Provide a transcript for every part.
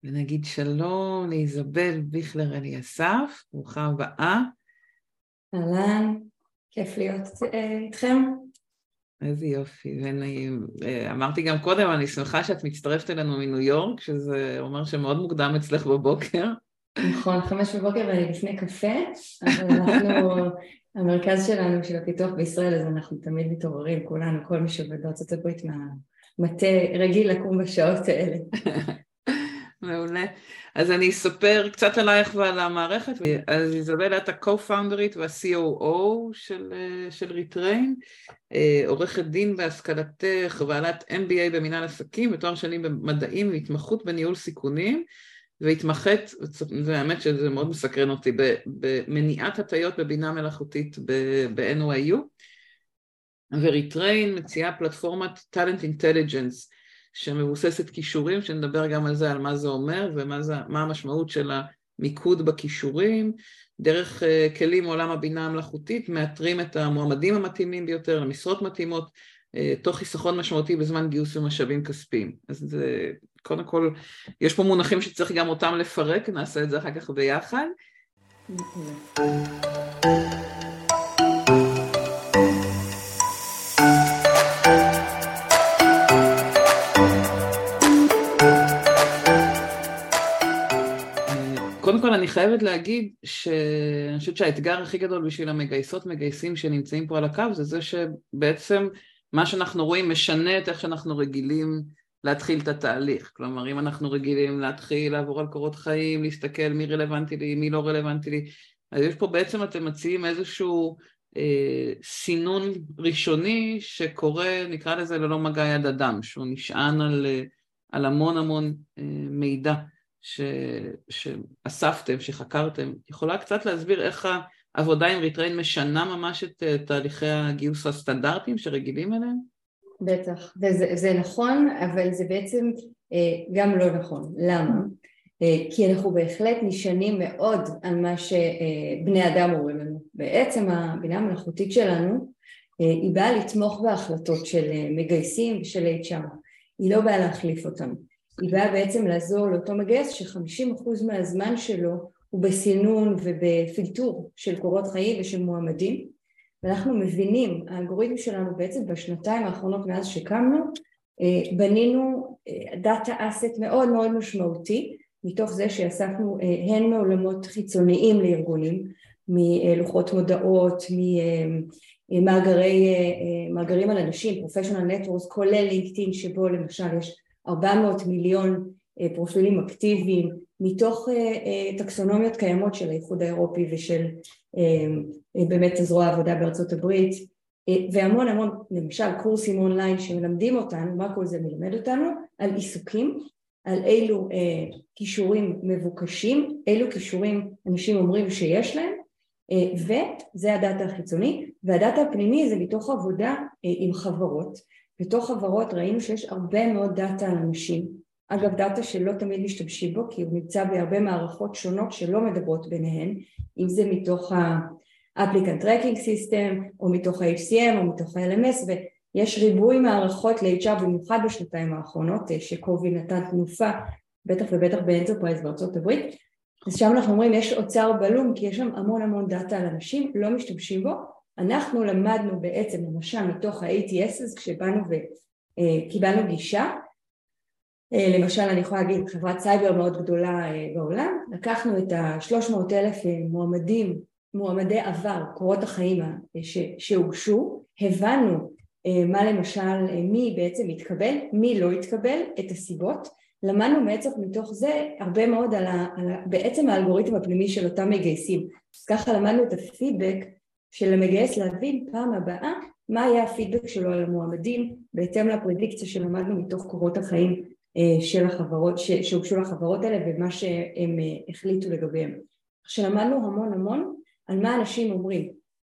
ונגיד שלום לאיזבל ביכלר אליסף, ברוכה הבאה. אהלן, כיף להיות איתכם. איזה יופי, ונעים. אמרתי גם קודם, אני שמחה שאת מצטרפת אלינו מניו יורק, שזה אומר שמאוד מוקדם אצלך בבוקר. נכון, 5 בבוקר ואני לפני קפה, אבל אנחנו, המרכז שלנו של הפיתוח בישראל, אז אנחנו תמיד מתעוררים, כולנו, כל מי שעובד בארצות הברית מהמטה רגיל לקום בשעות האלה. מעולה. אז אני אספר קצת עלייך ועל המערכת. אז איזבל, את ה-co-founderית וה-COO של ריטריין, עורכת דין בהשכלתך, בעלת MBA במנהל עסקים, ותואר שני במדעים והתמחות בניהול סיכונים, והתמחת, והאמת שזה מאוד מסקרן אותי, במניעת הטיות בבינה מלאכותית ב-NYU, וריטריין מציעה פלטפורמת Talent Intelligence, שמבוססת כישורים, שנדבר גם על זה, על מה זה אומר, ומה המשמעות של המיקוד בכישורים, דרך כלים מעולם הבינה המלאכותית, מאתרים את המועמדים המתאימים ביותר, למשרות מתאימות, תוך חיסכון משמעותי בזמן גיוס ומשאבים כספיים. אז קודם כל, יש פה מונחים שצריך גם אותם לפרק, נעשה את זה אחר כך ביחד. קודם כל אני חייבת להגיד שאני חושבת שהאתגר הכי גדול בשביל מגייסים שנמצאים פה על הקו, זה שבעצם מה שאנחנו רואים משנה את איך שאנחנו רגילים להתחיל את התהליך. כלומר, אם אנחנו רגילים להתחיל לעבור על קורות חיים, להסתכל מי רלוונטי לי, מי לא רלוונטי לי, אז יש פה בעצם אתם מציעים איזשהו סינון ראשוני שקורה, נקרא לזה ללא מגע יד אדם, שהוא נשען על המון מידע שאספתם, שחקרתם. יכולה קצת להסביר איך העבודה עם ריטריין משנה ממש את תהליכי הגיוס הסטנדרטיים שרגילים אליהם? בטח, וזה נכון, אבל זה בעצם גם לא נכון. למה? כי אנחנו בהחלט נשענים מאוד על מה שבני אדם אומרים לנו. בעצם הבינה המלאכותית שלנו היא באה לתמוך בהחלטות של מגייסים ושל HR. היא לא באה להחליף אותם. היא באה בעצם לעזור לאותו מגייס ש50% מהזמן שלו הוא בסינון ובפילטור של קורות חיים ושל מועמדים, ואנחנו מבינים, האלגוריתם שלנו בעצם בשנתיים האחרונות מאז שקמנו, בנינו דאטה אסט מאוד מאוד משמעותי, מתוך זה שאספנו הן מעולמות חיצוניים לארגונים, מלוחות מודעות, ממאגרים על אנשים, professional networks, כולל לינקדאין שבו למשל יש 400 מיליון פרופילים אקטיביים, מתוך טקסונומיות קיימות של האיחוד האירופי ושל באמת זרוע העבודה בארצות הברית, והמון למשל קורסים אונליין שמלמדים אותנו, מה כל זה מלמד אותנו? על עיסוקים, על אילו כישורים מבוקשים, אילו כישורים אנשים אומרים שיש להם, וזה הדאטה החיצוני, והדאטה הפנימי זה מתוך עבודה עם חברות. בתוך חברות ראינו שיש הרבה מאוד דאטה על אנשים, אגב דאטה שלא תמיד משתמשים בו, כי הוא נמצא בהרבה מערכות שונות שלא מדברות ביניהן, אם זה מתוך ה-Applicant Tracking System, או מתוך ה-HCM, או מתוך ה-LMS, ויש ריבוי מערכות ל-HR במיוחד בשנתיים האחרונות, שקובי נתן תנופה, בטח ובטח באנטרפרייז בארצות הברית, אז שם אנחנו אומרים יש אוצר בלום, כי יש שם המון דאטה על אנשים, לא משתמשים בו, אנחנו למדנו בעצם למשל מתוך ה-ATS, כשבאנו וקיבלנו גישה, למשל אני יכולה להגיד חברת סייבר מאוד גדולה בעולם, לקחנו את ה-300,000 מועמדי עבר, קורות החיים שהוגשו, הבנו מה למשל, מי בעצם התקבל, מי לא התקבל, את הסיבות, למדנו בעצם מתוך זה הרבה מאוד על בעצם האלגוריתם הפנימי של אותם מגייסים, אז ככה למדנו את הפידבק של המגייס להבין פעם הבאה מה היה הפידבק שלו על המועמדים, בהתאם לפרדיקציה שלמדנו מתוך קורות החיים של החברות, שהוגשו לחברות האלה ומה שהם החליטו לגביהם. שלמדנו המון על מה אנשים אומרים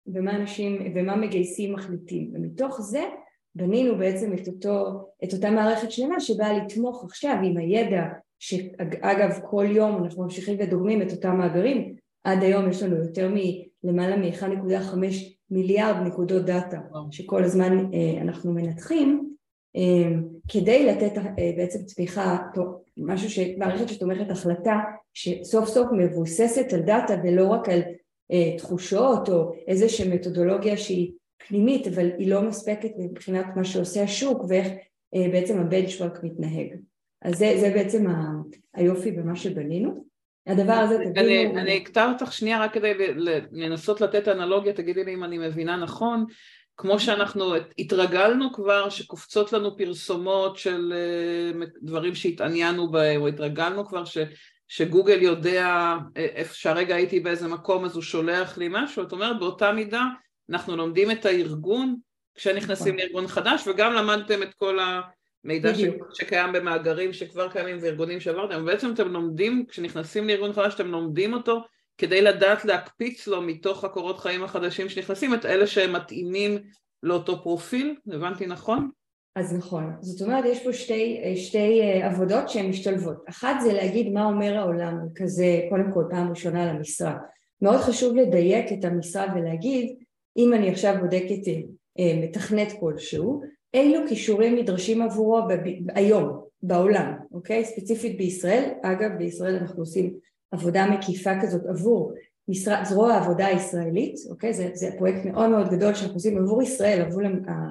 ומה מגייסים מחליטים, ומתוך זה בנינו בעצם את אותה מערכת שלמה שבאה לתמוך עכשיו עם הידע, שאגב כל יום אנחנו ממשיכים ודוגמים את אותם מאגרים, עד היום יש לנו יותר למעלה מ-1.5 מיליארד נקודות דאטה שכל הזמן אנחנו מנתחים, כדי לתת בעצם תמיכה, מערכת שתומכת החלטה שסוף סוף מבוססת על דאטה ולא רק על תחושות או איזושהי מתודולוגיה שהיא פנימית, אבל היא לא מספקת מבחינת מה שעושה השוק ואיך בעצם הבנצ'מרק מתנהג. אז זה בעצם היופי במה שבנינו. הדבר הזה תבינו... אני אקטע אותך שנייה רק כדי לנסות לתת אנלוגיה, תגידי לי אם אני מבינה נכון, כמו שאנחנו התרגלנו כבר שקופצות לנו פרסומות של דברים שהתעניינו בהם, או התרגלנו כבר שגוגל יודע איפה שהרגע הייתי באיזה מקום אז הוא שולח לי משהו, את אומרת באותה מידה אנחנו לומדים את הארגון כשנכנסים לארגון חדש, וגם למדתם את כל המידע שקיים במאגרים שכבר קיימים וארגונים שעברתם, ובעצם אתם לומדים, כשנכנסים לארגון חדש אתם לומדים אותו כדי לדעת להקפיץ לו מתוך הקורות חיים החדשים שנכנסים את אלה שהם מתאימים לאותו פרופיל, הבנתי נכון? אז נכון, זאת אומרת יש פה שתי עבודות שהן משתלבות. אחת זה להגיד מה אומר העולם, כזה קודם כל פעם ראשונה למשרה. מאוד חשוב לדייק את המשרה ולהגיד, אם אני עכשיו בודקת מתכנת כלשהו, אילו כישורים נדרשים עבורו היום בעולם, אוקיי? ספציפית בישראל, אגב בישראל אנחנו עושים עבודה מקיפה כזאת עבור זרוע העבודה הישראלית, אוקיי? זה פרויקט מאוד מאוד גדול שאנחנו עושים עבור ישראל, עבור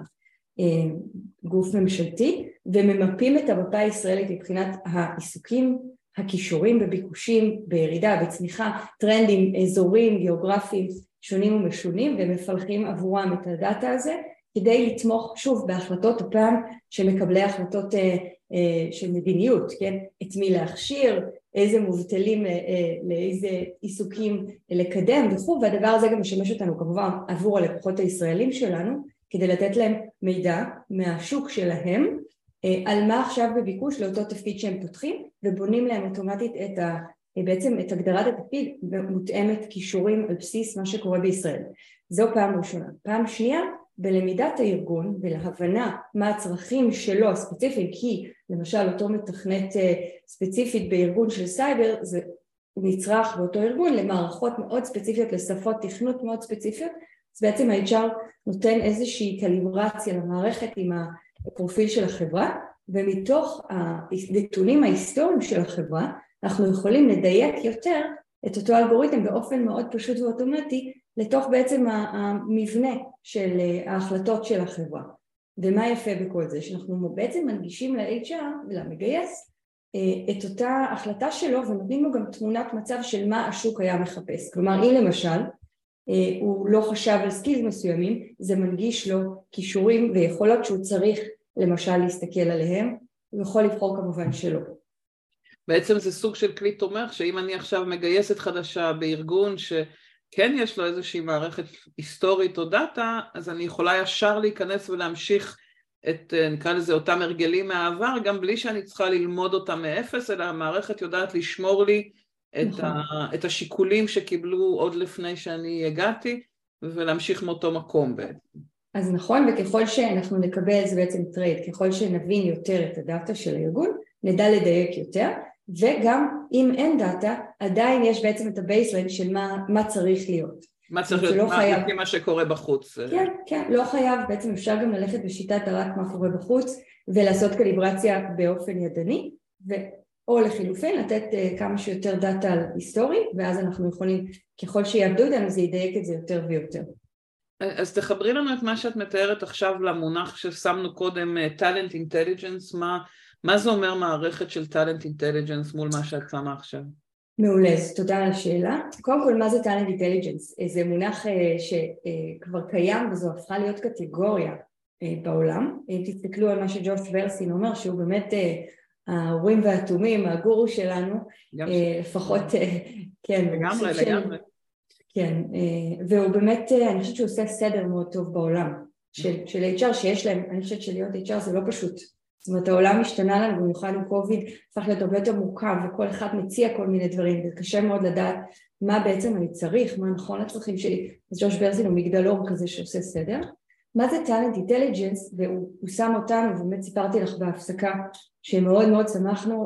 גוף ממשלתי, וממפים את המפה הישראלית מבחינת העיסוקים, הכישורים בביקושים, בירידה, בצמיחה, טרנדים, אזורים, גיאוגרפיים שונים ומשונים, ומפלחים עבורם את הדאטה הזה, כדי לתמוך שוב בהחלטות הפעם שמקבלי החלטות של מדיניות, כן? את מי להכשיר, איזה מובטלים לאיזה עיסוקים לקדם וכו', והדבר הזה גם משמש אותנו כמובן עבור הלקוחות הישראלים שלנו, כדי לתת להם מידע מהשוק שלהם, על מה עכשיו בביקוש לאותו תפקיד שהם פותחים, ובונים להם אוטומטית בעצם את הגדרת התפקיד ומותאמת כישורים על בסיס מה שקורה בישראל. זו פעם ראשונה. פעם שנייה, בלמידת הארגון ולהבנה מה הצרכים שלו הספציפיים, כי למשל אותו מתכנת ספציפית בארגון של סייבר, זה נצרך באותו ארגון למערכות מאוד ספציפיות, לשפות תכנות מאוד ספציפיות, אז בעצם ה-HR נותן איזושהי קליברציה למערכת עם הפרופיל של החברה, ומתוך הנתונים ההיסטוריים של החברה, אנחנו יכולים לדייק יותר את אותו אלגוריתם באופן מאוד פשוט ואוטומטי, לתוך בעצם המבנה של ההחלטות של החברה. ומה יפה בכל זה? שאנחנו בעצם מנגישים ל-HR ולמגייס את אותה החלטה שלו, ונותנים לו גם תמונת מצב של מה השוק היה מחפש. כלומר, אם למשל, הוא לא חשב על סקילס מסוימים, זה מנגיש לו כישורים ויכולות שהוא צריך למשל להסתכל עליהם, הוא יכול לבחור כמובן שלא. בעצם זה סוג של כלי תומך, שאם אני עכשיו מגייסת חדשה בארגון שכן יש לו איזושהי מערכת היסטורית או דאטה, אז אני יכולה ישר להיכנס ולהמשיך את, נקרא לזה, אותם הרגלים מהעבר, גם בלי שאני צריכה ללמוד אותם מאפס, אלא המערכת יודעת לשמור לי את השיקולים שקיבלו עוד לפני שאני הגעתי, ולהמשיך מאותו מקום בעצם. אז נכון, וככל שאנחנו נקבל, זה בעצם טרייד, ככל שנבין יותר את הדאטה של הארגון, נדע לדייק יותר, וגם אם אין דאטה, עדיין יש בעצם את הבייסליין של מה צריך להיות. מה צריך להיות, מה שקורה בחוץ. כן, כן, לא חייב, בעצם אפשר גם ללכת בשיטת רק מה קורה בחוץ, ולעשות קליברציה באופן ידני, או לחילופין, לתת כמה שיותר דאטה על היסטורי, ואז אנחנו יכולים, ככל שיעבדו איתנו, זה ידייק את זה יותר ויותר. אז תחברי לנו את מה שאת מתארת עכשיו למונח ששמנו קודם, Talent Intelligence, מה זה אומר מערכת של Talent Intelligence מול מה שאת שמה עכשיו? מעולה, אז תודה על השאלה. קודם כל, מה זה Talent Intelligence? זה מונח שכבר קיים וזו הפכה להיות קטגוריה בעולם. אם תסתכלו על מה שג'וש ורסין אומר, שהוא באמת ההורים והתומים, הגורו שלנו, לפחות, כן. לגמרי. כן, והוא באמת, אני חושבת שהוא עושה סדר מאוד טוב בעולם של HR שיש להם, אני חושבת שלהיות HR זה לא פשוט. זאת אומרת, העולם השתנה לנו, במיוחד עם קוביד, הפך להיות הרבה יותר מורכב, וכל אחד מציע כל מיני דברים, וקשה מאוד לדעת מה בעצם אני צריך, מה נכון לצרכים שלי. אז ג'וש ברסין הוא מגדלור כזה שעושה סדר. מה זה Talent Intelligence? והוא שם אותנו, ובאמת סיפרתי לך בהפסקה, שמאוד מאוד שמחנו,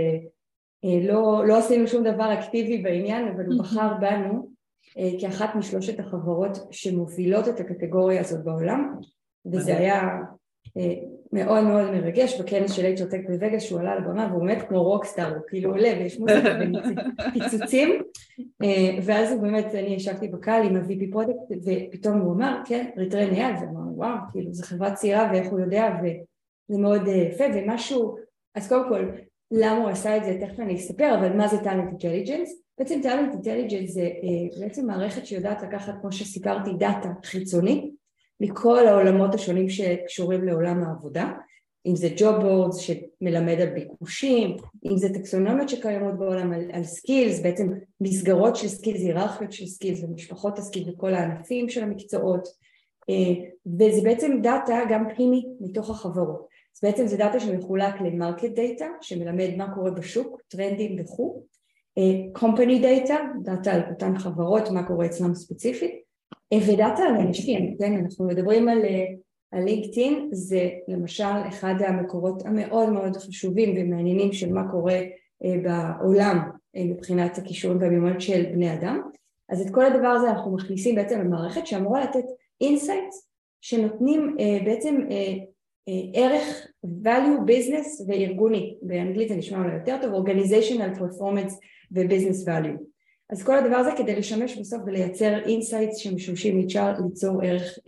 ולא עשינו שום דבר אקטיבי בעניין, אבל הוא בחר בנו, כאחת משלושת החברות שמובילות את הקטגוריה הזאת בעולם, וזה היה מאוד מאוד מרגש בכנס של HR Tech בווגאס, שהוא עלה לבמה והוא באמת כמו רוקסטאר, הוא כאילו עולה ויש מוזיקה ופיצוצים, ואז הוא באמת, אני ישבתי בקהל עם ה-VP פרודקט ופתאום הוא אמר, כן, ריטרן אייל, ואמרנו וואו, כאילו זו חברה צעירה ואיך הוא יודע, וזה מאוד יפה, ומשהו, אז קודם כל, למה הוא עשה את זה, תכף אני אספר, אבל מה זה Talent Intelligence? בעצם Talent Intelligence זה בעצם מערכת שיודעת לקחת, כמו שסיפרתי, דאטה חיצוני, מכל העולמות השונים שקשורים לעולם העבודה, אם זה ג'וב בורדס שמלמד על ביקושים, אם זה טקסונומיות שקיימות בעולם על סקילס, בעצם מסגרות של סקילס, היררכיות של סקילס ומשפחות הסקילס וכל הענפים של המקצועות, וזה בעצם דאטה גם פנימי מתוך החברות. אז בעצם זה דאטה שמחולק למרקט דאטה, שמלמד מה קורה בשוק, טרנדים וכו', company data, דאטה על אותן חברות, מה קורה אצלם ספציפית, ודאטה על אנשים, כן, אנחנו מדברים על לינקדאין, זה למשל אחד המקורות המאוד מאוד חשובים ומעניינים של מה קורה בעולם מבחינת הכישורים והמיומנות של בני אדם, אז את כל הדבר הזה אנחנו מכניסים בעצם למערכת שאמורה לתת אינסייטס שנותנים בעצם ערך value business וארגוני, באנגלית זה נשמע אולי יותר טוב, organizational performance ו-business value. אז כל הדבר הזה כדי לשמש בסוף ולייצר אינסייטס שמשמשים HR ליצור ערך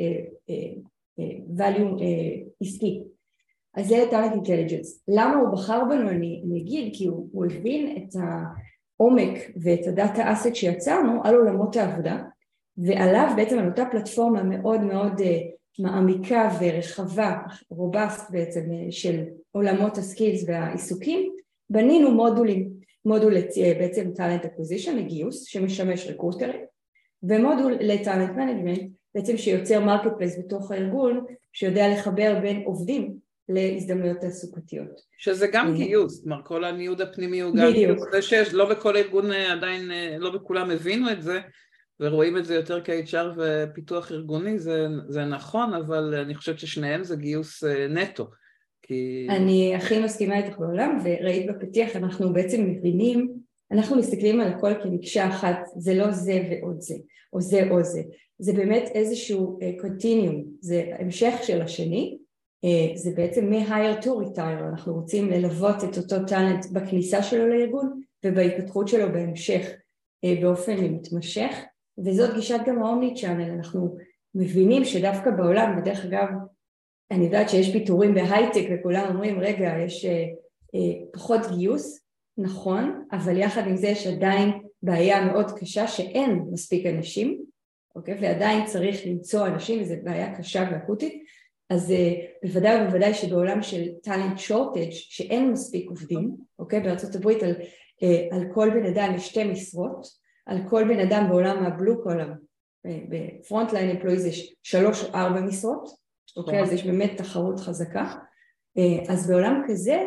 value עסקי. אז זה Talent Intelligence. למה הוא בחר בנו? אני אגיד, כי הוא הבין את העומק ואת הדאטה אסט שיצרנו על עולמות העבודה, ועליו בעצם על אותה פלטפורמה מאוד מאוד מעמיקה ורחבה, רובסט בעצם של עולמות הסקילס והעיסוקים, בנינו מודולים. מודול בעצם טאלנט אקוויזישן, לגיוס, שמשמש רקרוטרים, ומודול לטאלנט מנג'מנט, בעצם שיוצר מרקט פלייס בתוך הארגון, שיודע לחבר בין עובדים להזדמנויות תעסוקתיות. שזה גם גיוס, כלומר כל הניוד הפנימי הוא גם גיוס, זה שלא בכל ארגון עדיין, לא בכולם הבינו את זה, ורואים את זה יותר כ-HR ופיתוח ארגוני, זה נכון, אבל אני חושבת ששניהם זה גיוס נטו. אני הכי מסכימה איתך בעולם, וראית בפתיח, אנחנו בעצם מבינים, אנחנו מסתכלים על הכל כמקשה אחת, זה לא זה ועוד זה, או זה או זה, זה באמת איזשהו קונטיניום, זה המשך של השני, זה בעצם מ-hire to retire, אנחנו רוצים ללוות את אותו טאלנט בכניסה שלו לארגון, ובהתפתחות שלו בהמשך באופן מתמשך, וזאת גישת גם האומני צ'אנל, אנחנו מבינים שדווקא בעולם, בדרך אגב, אני יודעת שיש פיתורים בהייטק וכולם אומרים, רגע, יש פחות גיוס, נכון, אבל יחד עם זה יש עדיין בעיה מאוד קשה שאין מספיק אנשים, אוקיי? ועדיין צריך למצוא אנשים, וזו בעיה קשה ואקוטית, אז בוודאי ובוודאי שבעולם של talent shortage, שאין מספיק עובדים, אוקיי? בארצות הברית על כל בן אדם יש 2 משרות, על כל בן אדם בעולם הבלו קולר, בפרונטליין אמפלויז יש 3 או 4 משרות, אוקיי, אז יש באמת תחרות חזקה, אז בעולם כזה,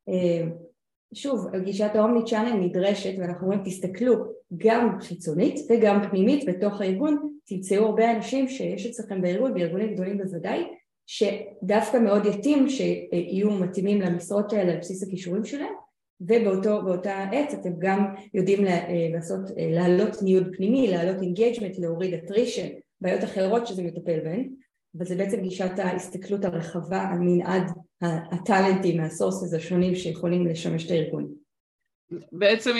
שוב, גישת האומני צ'אנל נדרשת, ואנחנו אומרים, תסתכלו גם חיצונית וגם פנימית בתוך הארגון, תמצאו הרבה אנשים שיש אצלכם בארגון, בארגונים גדולים בוודאי, שדווקא מאוד יתאים שיהיו מתאימים למשרות האלה על בסיס הכישורים שלהם, ובאותה עת אתם גם יודעים להעלות ניוד פנימי, להעלות אינגייג'מנט, להוריד אטרישן, בעיות אחרות שזה מטפל בהן, אבל זה בעצם גישת ההסתכלות הרחבה על מנעד הטלנטים מהסורסס השונים שיכולים לשמש את הארגון. בעצם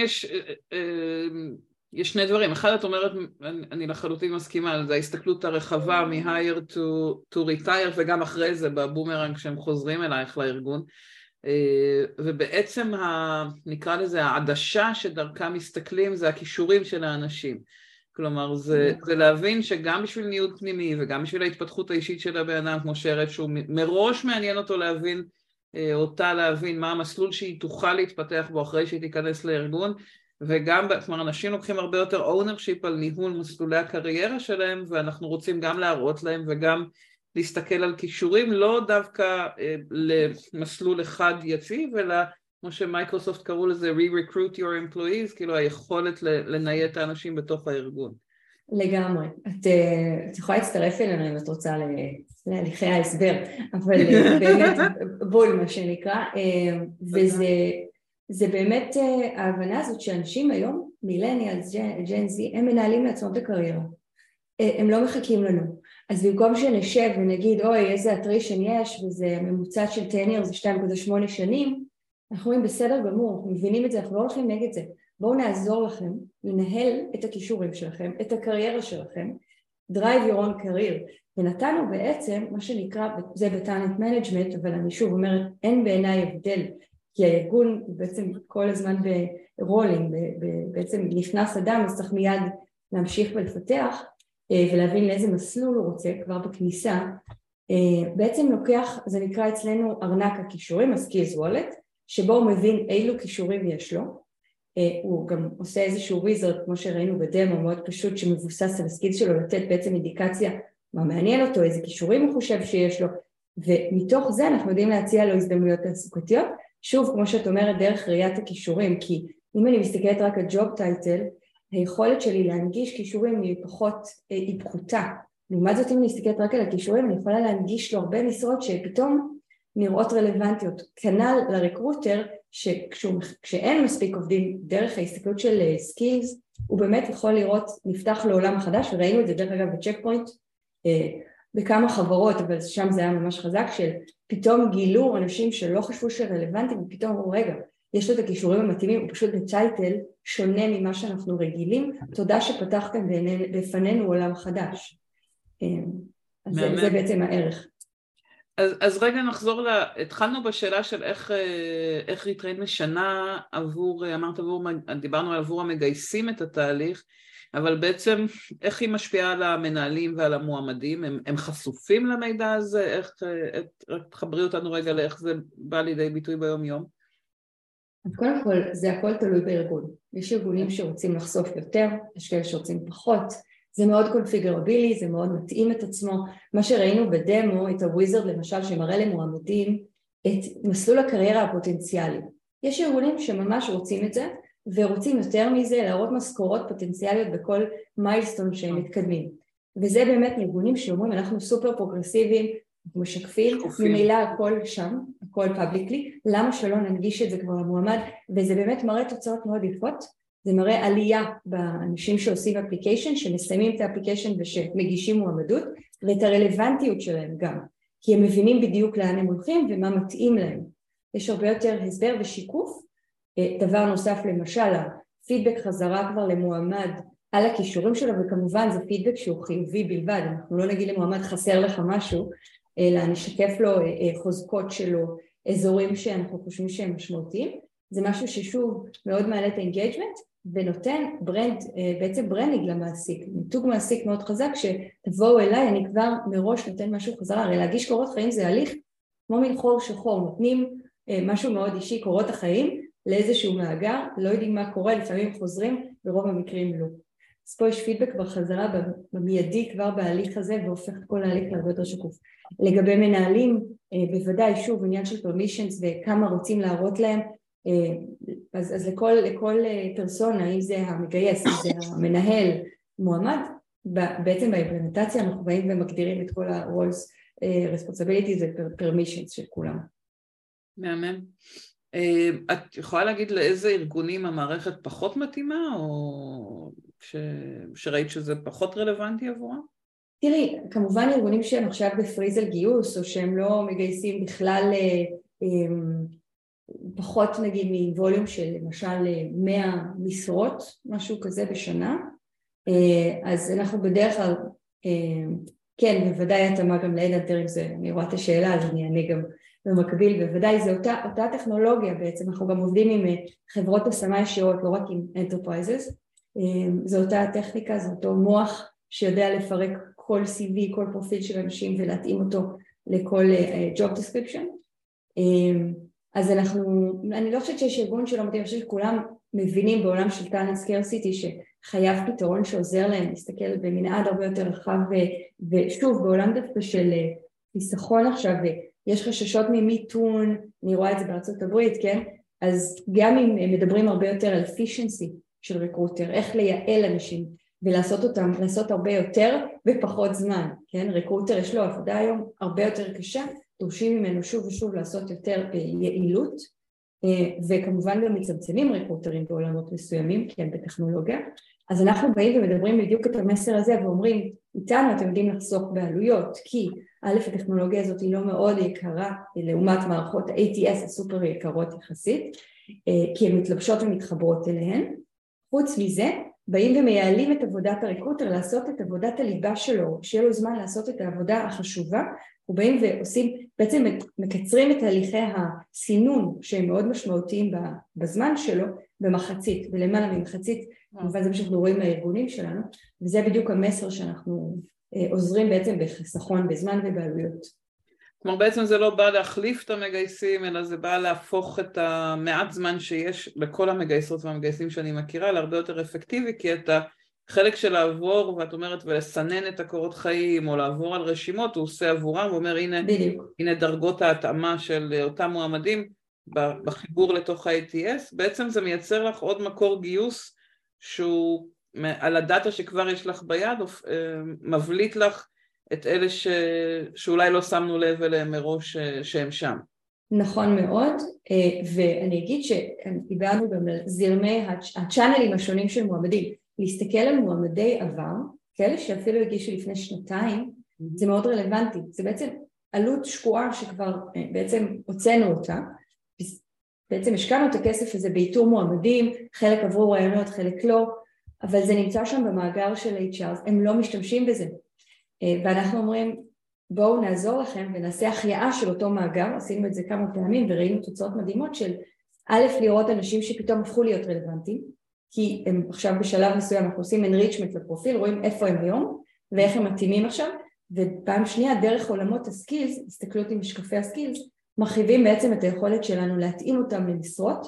יש 2 דברים. אחד, את אומרת, אני לחלוטין מסכימה על זה, ההסתכלות הרחבה מ-hire to retire, וגם אחרי זה בבומרנג כשהם חוזרים אלייך לארגון, ובעצם נקרא לזה העדשה שדרכה מסתכלים זה הכישורים של האנשים. כלומר, זה להבין שגם בשביל ניוד פנימי וגם בשביל ההתפתחות האישית של הבן אדם, כמו שהראית שהוא מראש מעניין אותו להבין, אותה להבין מה המסלול שהיא תוכל להתפתח בו אחרי שהיא תיכנס לארגון, וגם, כלומר, אנשים לוקחים הרבה יותר ownership על ניהול מסלולי הקריירה שלהם, ואנחנו רוצים גם להראות להם וגם להסתכל על כישורים, לא דווקא למסלול אחד יציב, אלא כמו שמייקרוסופט קראו לזה re-recruit your employees, כאילו היכולת לנייד את האנשים בתוך הארגון. לגמרי. את יכולה להצטרף אלינו אם את רוצה להליכי ההסבר, אבל באמת בול מה שנקרא, וזה באמת ההבנה הזאת שאנשים היום, מילניאלס, ג'ן זי, הם מנהלים לעצמם את הקריירה. הם לא מחכים לנו. אז במקום שנשב ונגיד, אוי, איזה attrition יש, וזה ממוצע של tenure, זה 2.8 שנים, אנחנו אומרים, בסדר גמור, אנחנו מבינים את זה, אנחנו לא הולכים נגד זה. בואו נעזור לכם לנהל את הכישורים שלכם, את הקריירה שלכם, drive your own career. ונתנו בעצם, מה שנקרא, זה ב-talent management, אבל אני שוב אומרת, אין בעיניי הבדל, כי הארגון בעצם כל הזמן ברולינג, בעצם נכנס אדם, אז צריך מיד להמשיך ולפתח, ולהבין לאיזה מסלול הוא רוצה כבר בכניסה. בעצם לוקח, זה נקרא אצלנו ארנק הכישורים, ה-skills wallet, שבו הוא מבין אילו כישורים יש לו. הוא גם עושה איזשהו וויזרד, כמו שראינו בדמו, מאוד פשוט, שמבוסס על הסקילס שלו, לתת בעצם אינדיקציה מה מעניין אותו, איזה כישורים הוא חושב שיש לו, ומתוך זה אנחנו יודעים להציע לו הזדמנויות תעסוקתיות. שוב, כמו שאת אומרת, דרך ראיית הכישורים, כי אם אני מסתכלת רק על ג'וב טייטל, היכולת שלי להנגיש כישורים היא פחותה. לעומת זאת, אם אני מסתכלת רק על הכישורים, אני יכולה להנגיש לו הרבה משרות שפתאום נראות רלוונטיות. כנ"ל לרקרוטר, כשאין מספיק עובדים דרך ההסתכלות של סקילס, הוא באמת יכול לראות, נפתח לעולם חדש, וראינו את זה דרך אגב בצ'ק פוינט, בכמה חברות, אבל שם זה היה ממש חזק, של פתאום גילו אנשים שלא חשבו שרלוונטיים, ופתאום אמרו, רגע, יש לו את הכישורים המתאימים, הוא פשוט בטייטל שונה ממה שאנחנו רגילים, תודה שפתחתם בפנינו עולם חדש. אז זה בעצם הערך. אז רגע נחזור, התחלנו בשאלה של איך ריטריין משנה עבור, דיברנו עבור המגייסים את התהליך, אבל בעצם איך היא משפיעה על המנהלים ועל המועמדים, הם חשופים למידע הזה, תחברי אותנו רגע לאיך זה בא לידי ביטוי ביום יום? אז קודם כל זה הכל תלוי בארגון, יש ארגונים שרוצים לחשוף יותר, יש כאלה שרוצים פחות, זה מאוד קונפיגרבילי, זה מאוד מתאים את עצמו. מה שראינו בדמו, את הוויזרד למשל שמראה למועמדים את מסלול הקריירה הפוטנציאלי. יש ארגונים שממש רוצים את זה, ורוצים יותר מזה להראות משכורות פוטנציאליות בכל מיילסטון שהם מתקדמים. וזה באמת ארגונים שאומרים, אנחנו סופר פרוגרסיביים, אנחנו משקפים, ממילא הכל שם, הכל פאבליקלי, למה שלא ננגיש את זה כבר למועמד, וזה באמת מראה תוצאות מאוד יפות, זה מראה עלייה באנשים שעושים אפליקיישן, שמסיימים את האפליקיישן ושמגישים מועמדות, ואת הרלוונטיות שלהם גם, כי הם מבינים בדיוק לאן הם הולכים ומה מתאים להם. יש הרבה יותר הסבר ושיקוף. דבר נוסף למשל, הפידבק חזרה כבר למועמד על הכישורים שלו, וכמובן זה פידבק שהוא חיובי בלבד, אנחנו לא נגיד למועמד חסר לך משהו, אלא נשקף לו חוזקות שלו, אזורים שאנחנו חושבים שהם משמעותיים, זה משהו ששוב מאוד מעלה את האנגייג'מנט, ונותן בעצם ברנינג למעסיק, מיתוג מעסיק מאוד חזק, שתבואו אליי, אני כבר מראש נותן משהו חזרה, הרי להגיש קורות חיים זה הליך כמו מין חור שחור, נותנים משהו מאוד אישי, קורות החיים, לאיזשהו מאגר, לא יודעים מה קורה, לפעמים חוזרים, ברוב המקרים לא. אז פה יש פידבק כבר חזרה במיידי כבר בהליך הזה, והופך את כל ההליך להרבה יותר שקוף. לגבי מנהלים, בוודאי שוב עניין של פרמישנס וכמה רוצים להראות להם, אז לכל פרסונה, אם זה המגייס, אם זה המנהל, מועמד, בעצם באימפלמנטציה אנחנו באים ומגדירים את כל ה-roles responsibilities ו-permissions של כולם. מהמם. את יכולה להגיד לאיזה ארגונים המערכת פחות מתאימה, או שראית שזה פחות רלוונטי עבורם? תראי, כמובן ארגונים שהם עכשיו בפריז על גיוס, או שהם לא מגייסים בכלל פחות נגיד מווליום של למשל 100 משרות, משהו כזה בשנה, אז אנחנו בדרך כלל, כן, בוודאי התאמה גם לאדנטר, אם זה, אני רואה את השאלה, אז אני אענה גם במקביל, בוודאי זה אותה טכנולוגיה בעצם, אנחנו גם עובדים עם חברות השמה ישירות, לא רק עם enterprises, זו אותה הטכניקה, זה אותו מוח שיודע לפרק כל CV, כל פרופיל של אנשים ולהתאים אותו לכל job description. אז אני לא חושבת שיש ארגון שלא מתאים, אני חושבת שכולם מבינים בעולם של talent scarcity שחייב פתרון שעוזר להם להסתכל במנעד הרבה יותר רחב, ושוב בעולם דווקא של חיסכון עכשיו, יש חששות ממיתון, אני רואה את זה בארצות הברית, כן? אז גם אם מדברים הרבה יותר על efficiency של רקרוטר, איך לייעל אנשים ולעשות אותם, לעשות הרבה יותר בפחות זמן, כן? רקרוטר יש לו עבודה היום הרבה יותר קשה, דורשים ממנו שוב ושוב לעשות יותר יעילות, וכמובן גם מצמצמים רקרוטרים בעולמות מסוימים, כן, בטכנולוגיה. אז אנחנו באים ומדברים בדיוק את המסר הזה ואומרים, איתנו אתם יודעים לחסוך בעלויות, כי א', הטכנולוגיה הזאת היא לא מאוד יקרה לעומת מערכות ה-ATS הסופר יקרות יחסית, כי הן מתלבשות ומתחברות אליהן. חוץ מזה, באים ומייעלים את עבודת הריקרוטר לעשות את עבודת הליבה שלו, שיהיה לו זמן לעשות את העבודה החשובה, ובאים ועושים, בעצם מקצרים את הליכי הסינון שהם מאוד משמעותיים בזמן שלו במחצית, ולמעלה ממחצית, כמובן זה מה שאנחנו רואים מהארגונים שלנו, וזה בדיוק המסר שאנחנו עוזרים בעצם בחיסכון בזמן ובעלויות. כלומר בעצם זה לא בא להחליף את המגייסים, אלא זה בא להפוך את המעט זמן שיש לכל המגייסות והמגייסים שאני מכירה להרבה יותר אפקטיבי, כי את החלק של לעבור, ואת אומרת, ולסנן את הקורות חיים, או לעבור על רשימות, הוא עושה עבורם, ואומר הנה דרגות ההתאמה של אותם מועמדים בחיבור לתוך ה-ATS, בעצם זה מייצר לך עוד מקור גיוס, שהוא על הדאטה שכבר יש לך ביד, מבליט לך את אלה שאולי לא שמנו לב אליהם מראש שהם שם. נכון מאוד, ואני אגיד שדיברנו גם על זרמי הצ'אנלים השונים של מועמדים, להסתכל על מועמדי עבר, כאלה שאפילו הגישו לפני שנתיים, זה מאוד רלוונטי, זה בעצם עלות שקועה שכבר בעצם הוצאנו אותה, בעצם השקענו את הכסף הזה באיתור מועמדים, חלק עברו רעיונות, חלק לא, אבל זה נמצא שם במאגר של HR, הם לא משתמשים בזה, ואנחנו אומרים בואו נעזור לכם ונעשה החייאה של אותו מאגר, עשינו את זה כמה פעמים וראינו תוצאות מדהימות של א', לראות אנשים שפתאום הפכו להיות רלוונטיים, כי הם עכשיו בשלב מסוים אנחנו עושים enrichment לפרופיל, רואים איפה הם היום ואיך הם מתאימים עכשיו, ופעם שנייה דרך עולמות הסקילס, הסתכלות עם משקפי הסקילס, מרחיבים בעצם את היכולת שלנו להתאים אותם למשרות,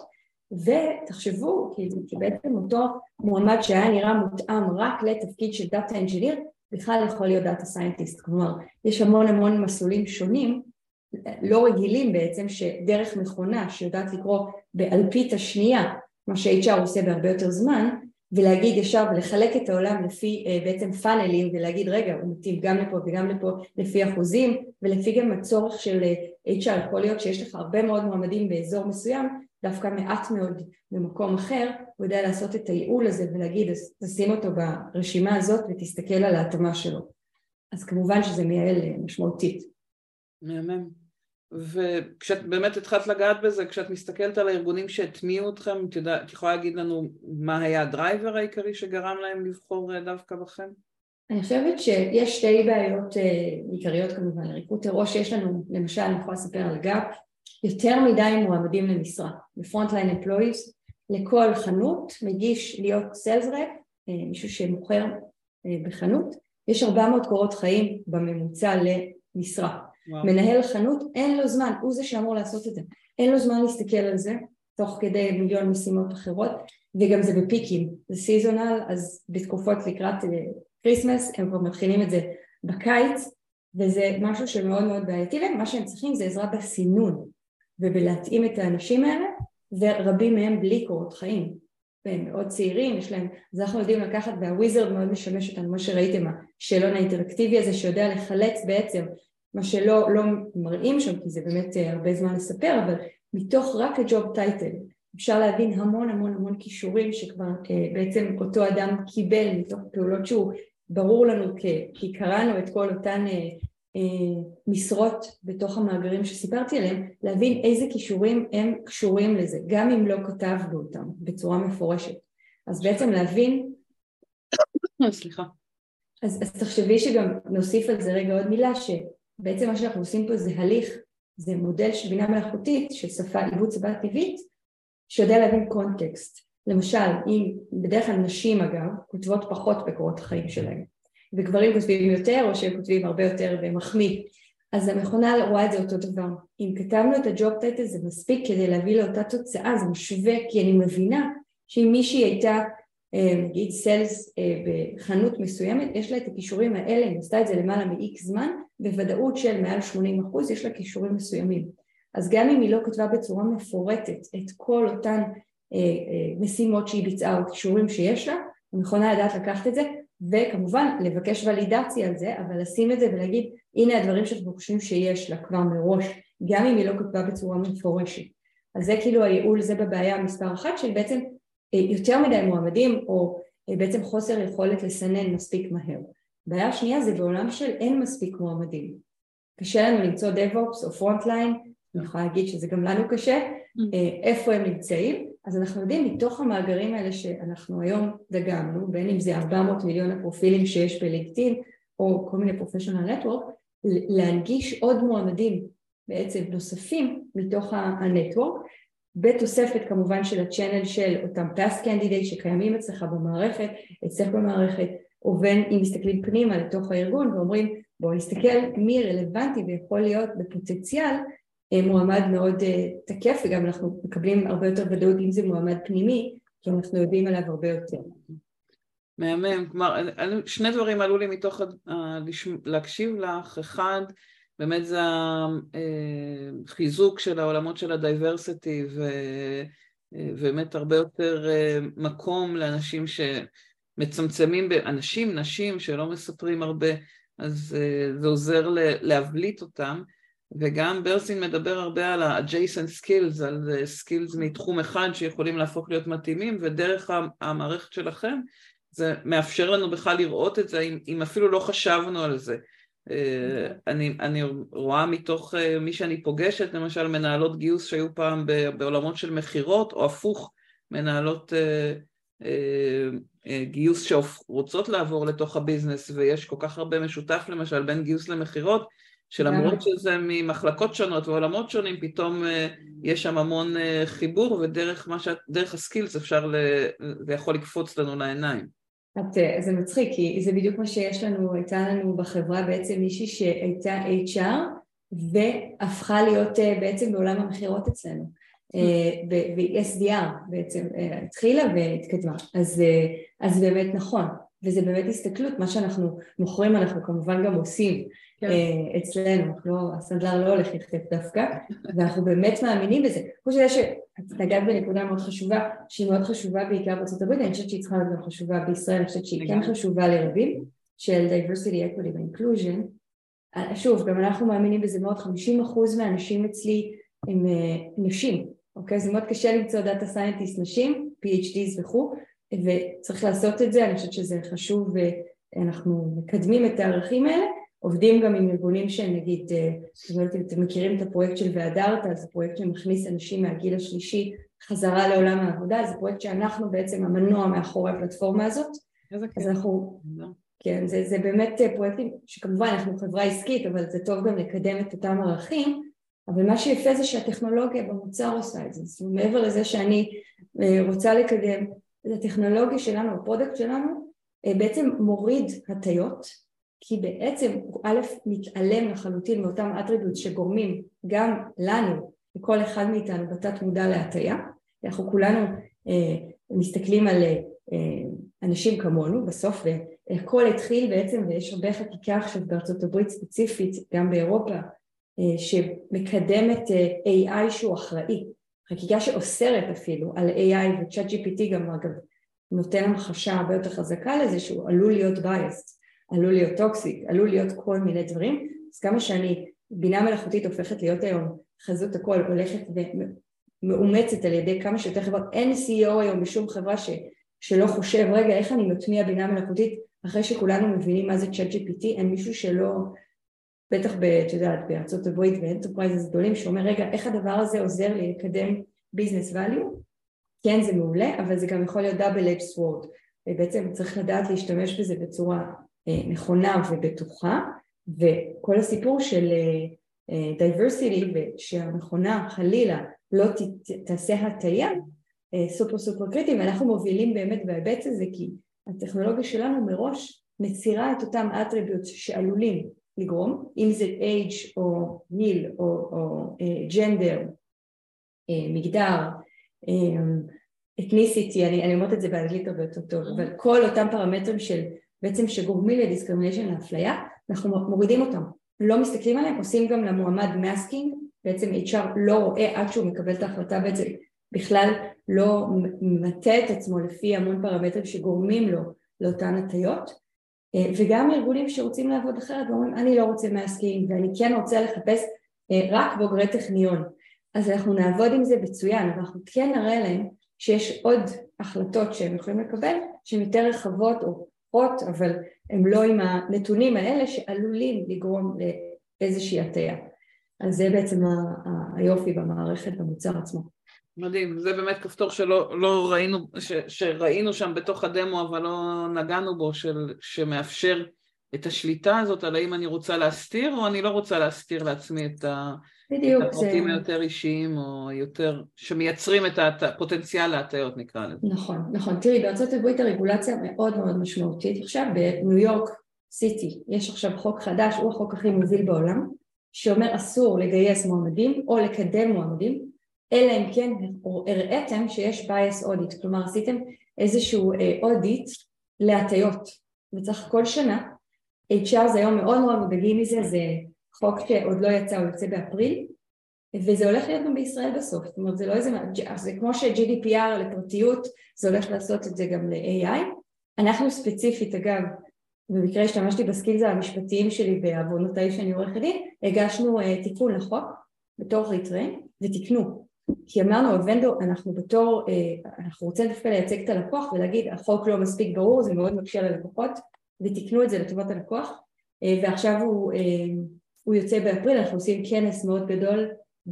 ותחשבו כי בעצם אותו מועמד שהיה נראה מותאם רק לתפקיד של דאטה אנג'יניר, בכלל יכול להיות דאטה סיינטיסט, כלומר יש המון מסלולים שונים, לא רגילים בעצם שדרך מכונה שיודעת לקרוא באלפית השנייה, מה ש-HR עושה בהרבה יותר זמן, ולהגיד ישר ולחלק את העולם לפי בעצם פאנלים, ולהגיד רגע הוא מתאים גם לפה וגם לפה לפי אחוזים, ולפי גם הצורך של HR, יכול להיות שיש לך הרבה מאוד מועמדים באזור מסוים, דווקא מעט מאוד במקום אחר, הוא יודע לעשות את הייעול הזה ולהגיד, אז תשים אותו ברשימה הזאת ותסתכל על ההתאמה שלו. אז כמובן שזה מייעל משמעותית. מהמם. וכשאת באמת התחלת לגעת בזה, כשאת מסתכלת על הארגונים שהטמיעו אתכם, את יכולה להגיד לנו מה היה הדרייבר העיקרי שגרם להם לבחור דווקא בכם? אני חושבת שיש שתי בעיות עיקריות כמובן לריקרוטר, או שיש לנו, למשל, אני יכולה לספר על גאפ, יותר מדי מועמדים למשרה, בפרונטליין אמפלויז, לכל חנות מגיש להיות סיילס רפ, מישהו שמוכר בחנות, יש 400 קורות חיים בממוצע למשרה. וואו. מנהל חנות אין לו זמן, הוא זה שאמור לעשות את זה, אין לו זמן להסתכל על זה, תוך כדי מיליון משימות אחרות, וגם זה בפיקים, זה סיזונל, אז בתקופות לקראת קריסמס, הם כבר מתחילים את זה בקיץ, וזה משהו שמאוד מאוד בעייתי, ומה שהם צריכים זה עזרה בסינון, ובלהתאים את האנשים האלה, ורבים מהם בלי קורות חיים, והם מאוד צעירים, יש להם, אז אנחנו יודעים לקחת, והוויזרד מאוד משמש אותנו, מה שראיתם, השאלון האינטראקטיבי הזה, שיודע לחלץ בעצם, מה שלא מראים שם, כי זה באמת הרבה זמן לספר, אבל מתוך רק הג'וב טייטל, אפשר להבין המון כישורים, שכבר בעצם אותו אדם קיבל, מתוך פעולות שהוא ברור לנו, כי קראנו את כל אותן משרות בתוך המאגרים שסיפרתי עליהם, להבין איזה כישורים הם קשורים לזה, גם אם לא כתבנו אותם בצורה מפורשת. אז בעצם להבין... סליחה. אז תחשבי שגם נוסיף על זה רגע עוד מילה, שבעצם מה שאנחנו עושים פה זה הליך, זה מודל של בינה מלאכותית, של שפה עיבוד שפה טבעית, שיודע להבין קונטקסט. למשל, אם בדרך כלל נשים אגב, כותבות פחות בקורות החיים שלהם, וגברים כותבים יותר, או שהם כותבים הרבה יותר ומחמיא, אז המכונה רואה את זה אותו דבר. אם כתבנו את הג'וב טייטל זה מספיק כדי להביא לאותה תוצאה, זה משווה, כי אני מבינה שאם מישהי הייתה, נגיד סיילס בחנות מסוימת, יש לה את הכישורים האלה, היא עשתה את זה למעלה מ-X זמן, בוודאות של מעל 80% יש לה כישורים מסוימים. אז גם אם היא לא כתבה בצורה מפורטת את כל אותן משימות שהיא ביצעה או כישורים שיש לה, המכונה לדעת לקחת את זה, וכמובן לבקש ולידציה על זה, אבל לשים את זה ולהגיד, הנה הדברים שאנחנו חושבים שיש לה כבר מראש, גם אם היא לא כתבה בצורה מפורשת. אז זה כאילו הייעול, זה בבעיה מספר אחת, של בעצם יותר מדי מועמדים, או בעצם חוסר יכולת לסנן מספיק מהר. בעיה השנייה זה בעולם של אין מספיק מועמדים. קשה לנו למצוא DevOps או פרונטליין, אני יכולה להגיד שזה גם לנו קשה, איפה הם נמצאים, אז אנחנו יודעים מתוך המאגרים האלה שאנחנו היום דגמנו, בין אם זה 400 מיליון הפרופילים שיש בלינקדאין, או כל מיני פרופשיונל נטוורק, להנגיש עוד מועמדים בעצם נוספים מתוך הנטוורק, בתוספת כמובן של הצ'אנל של אותם past candidates שקיימים אצלך במערכת, אצלך במערכת, או בין אם מסתכלים פנימה לתוך הארגון ואומרים בואו נסתכל מי רלוונטי ויכול להיות בפוטנציאל מועמד מאוד תקף, וגם אנחנו מקבלים הרבה יותר ודאות אם זה מועמד פנימי, כי אנחנו יודעים עליו הרבה יותר. מהמם, כלומר, שני דברים עלו לי מתוך להקשיב לך. אחד, באמת זה החיזוק של העולמות של הדייברסיטי, ובאמת הרבה יותר מקום לאנשים שמצמצמים, אנשים, נשים שלא מספרים הרבה, אז זה עוזר להבליט אותם. וגם ברסין מדבר הרבה על ה-adjacent skills, על skills מתחום אחד שיכולים להפוך להיות מתאימים, ודרך המערכת שלכם זה מאפשר לנו בכלל לראות את זה, אם אפילו לא חשבנו על זה. אני רואה מתוך מי שאני פוגשת, למשל מנהלות גיוס שהיו פעם בעולמות של מחירות, או הפוך, מנהלות גיוס שרוצות לעבור לתוך הביזנס, ויש כל כך הרבה משותף למשל בין גיוס למחירות, שלמרות שזה ממחלקות שונות ועולמות שונים, פתאום יש שם המון חיבור, ודרך הסקילס אפשר, זה יכול לקפוץ לנו לעיניים. זה מצחיק, כי זה בדיוק מה שיש לנו, הייתה לנו בחברה בעצם מישהי שהייתה HR, והפכה להיות בעצם בעולם המחירות אצלנו, ו-SDR בעצם התחילה והתקדמה, אז באמת נכון, וזה באמת הסתכלות, מה שאנחנו מוכרים אנחנו כמובן גם עושים אצלנו, הסנדלר לא הולך לכתב דווקא, ואנחנו באמת מאמינים בזה. כמו שזה שאת נגעת בנקודה מאוד חשובה, שהיא מאוד חשובה בעיקר בארצות הברית, אני חושבת שהיא צריכה להיות גם חשובה בישראל, אני חושבת שהיא כן חשובה לרבים, של diversity, equity ו-inclusion. שוב, גם אנחנו מאמינים בזה מאוד, 50% מהאנשים אצלי הם נשים, אוקיי? זה מאוד קשה למצוא דאטה סיינטיסט נשים, PhDs וכו', וצריך לעשות את זה, אני חושבת שזה חשוב, ואנחנו מקדמים את הערכים האלה, עובדים גם עם ארגונים שנגיד, אתם מכירים את הפרויקט של והדרת, זה פרויקט שמכניס אנשים מהגיל השלישי חזרה לעולם העבודה, זה פרויקט שאנחנו בעצם המנוע מאחורי הפלטפורמה הזאת, אז אנחנו, כן, זה באמת פרויקטים שכמובן אנחנו חברה עסקית, אבל זה טוב גם לקדם את אותם ערכים, אבל מה שיפה זה שהטכנולוגיה במוצר עושה את זה, זאת אומרת, מעבר לזה שאני רוצה לקדם את הטכנולוגיה שלנו, הפרודקט שלנו, בעצם מוריד הטיות, כי בעצם א' מתעלם לחלוטין מאותם אטריבוט שגורמים גם לנו, לכל אחד מאיתנו בתת מודע להטיה, אנחנו כולנו מסתכלים על אנשים כמונו בסוף, והכל התחיל בעצם, ויש הרבה חקיקה עכשיו בארצות הברית ספציפית, גם באירופה, שמקדמת AI שהוא אחראי, חקיקה שאוסרת אפילו על AI ו-Chat GPT גם אגב, נותן המחשה הרבה יותר חזקה לזה שהוא עלול להיות biased, עלול להיות טוקסיק, עלול להיות כל מיני דברים, אז כמה שאני, בינה מלאכותית הופכת להיות היום, חזות הכל הולכת ומאומצת על ידי כמה שיותר חברות, אין CEO היום בשום חברה שלא חושב, רגע איך אני מטמיע בינה מלאכותית, אחרי שכולנו מבינים מה זה Chat GPT, אין מישהו שלא, בטח את יודעת, בארצות הברית ואנטרפרייזס גדולים, שאומר רגע איך הדבר הזה עוזר לי לקדם ביזנס ואליו, כן זה מעולה, אבל זה גם יכול להיות double edged sword, ובעצם צריך לדעת להשתמש בזה בצורה נכונה ובטוחה, וכל הסיפור של diversity, ושהמכונה חלילה לא תעשה הטיה, סופר סופר קריטי, ואנחנו מובילים באמת בהיבט הזה, כי הטכנולוגיה שלנו מראש מצירה את אותם אטריביוטס שעלולים לגרום, אם זה age או גיל או ג'נדר, מגדר, אתניסיטי, אני אומרת את זה באנגלית הרבה יותר טוב, אבל כל אותם פרמטרים של בעצם שגורמים לדיסקרימיניישן להפליה, אנחנו מורידים אותם, לא מסתכלים עליהם, עושים גם למועמד מאסקינג, בעצם HR לא רואה עד שהוא מקבל את ההחלטה, בעצם בכלל לא מטה את עצמו לפי המון פרמטרים שגורמים לו לאותן הטיות, וגם ארגונים שרוצים לעבוד אחרת ואומרים אני לא רוצה מאסקינג ואני כן רוצה לחפש רק בוגרי טכניון, אז אנחנו נעבוד עם זה מצוין, אבל אנחנו כן נראה להם שיש עוד החלטות שהם יכולים לקבל שהן יותר רחבות או לפחות, אבל הם לא עם הנתונים האלה שעלולים לגרום לאיזושהי הטיה. אז זה בעצם היופי במערכת במוצר עצמו. מדהים, זה באמת כפתור שלא ראינו, שראינו שם בתוך הדמו, אבל לא נגענו בו, שמאפשר את השליטה הזאת על האם אני רוצה להסתיר, או אני לא רוצה להסתיר לעצמי את הפרטים היותר אישיים, או יותר, שמייצרים את הפוטנציאל להטיות, נקרא לזה. נכון, נכון. תראי, בארצות הברית הרגולציה מאוד מאוד משמעותית. עכשיו בניו יורק סיטי יש עכשיו חוק חדש, הוא החוק הכי מוביל בעולם, שאומר אסור לגייס מועמדים או לקדם מועמדים, אלא אם כן הראיתם שיש bias audit, כלומר עשיתם איזשהו אודיט להטיות, וצריך כל שנה. HR זה היום מאוד מאוד מודאגים מזה, זה חוק שעוד לא יצא, הוא יוצא באפריל, וזה הולך להיות גם בישראל בסוף, זאת אומרת זה לא איזה, זה כמו ש-GDPR לפרטיות, זה הולך לעשות את זה גם ל-AI. אנחנו ספציפית אגב, במקרה השתמשתי בסקילס המשפטיים שלי בעוונותיי שאני עורכת דין, הגשנו תיקון לחוק בתור ריטריין ותקנו, כי אמרנו הוונדו, אנחנו רוצים דווקא לייצג את הלקוח ולהגיד החוק לא מספיק ברור, זה מאוד מקשה ללקוחות, ותקנו את זה לטובת הלקוח, ועכשיו הוא יוצא באפריל, אנחנו עושים כנס מאוד גדול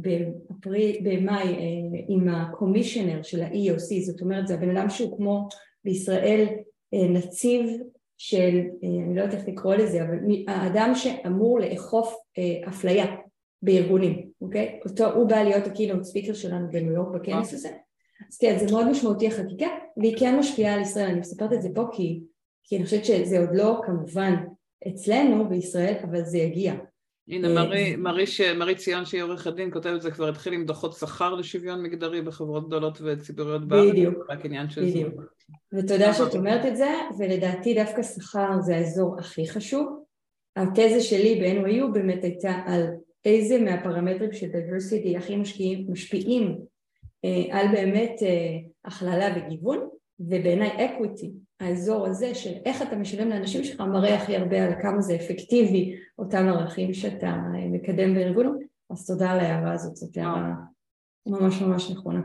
במאי עם הקומישיונר של ה-EOC, זאת אומרת זה הבן אדם שהוא כמו בישראל נציב של, אני לא יודעת איך לקרוא לזה, אבל האדם שאמור לאכוף אפליה בארגונים, אוקיי? הוא בא להיות הקיינות ספיקר שלנו בניו יורק בכנס הזה, אז כן, זה מאוד משמעותי החקיקה, והיא כן משפיעה על ישראל, אני מספרת את זה פה כי אני חושבת שזה עוד לא כמובן אצלנו בישראל, אבל זה יגיע. הנה, מרי ציון שהיא עורכת דין, כותבת זה כבר התחיל עם דוחות שכר לשוויון מגדרי בחברות גדולות וציבוריות בארץ. בדיוק. ותודה שאת אומרת את זה, ולדעתי דווקא שכר זה האזור הכי חשוב. התזה שלי ב-NYU באמת הייתה על איזה מהפרמטרים של diversity הכי משפיעים על באמת הכללה וגיוון, ובעיניי equity, האזור הזה של איך אתה משלם לאנשים שלך מראה הכי הרבה על כמה זה אפקטיבי אותם ערכים שאתה מקדם בארגון, אז תודה על ההערה הזאת, זאת הערה ממש ממש נכונה.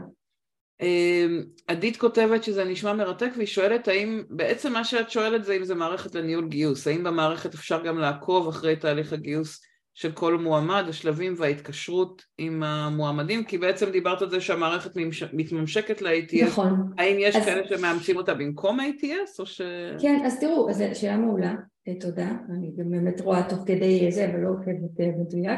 עדית כותבת שזה נשמע מרתק, והיא שואלת האם, בעצם מה שאת שואלת זה אם זה מערכת לניהול גיוס, האם במערכת אפשר גם לעקוב אחרי תהליך הגיוס של כל מועמד, השלבים וההתקשרות עם המועמדים, כי בעצם דיברת על זה שהמערכת מתממשקת ל-ATS, נכון. האם יש כאלה שמאמצים אותה במקום ה-ATS או ש... כן, אז תראו, אז שאלה מעולה, תודה, אני גם באמת רואה תוך כדי זה, אבל לא עוקבת מדויק.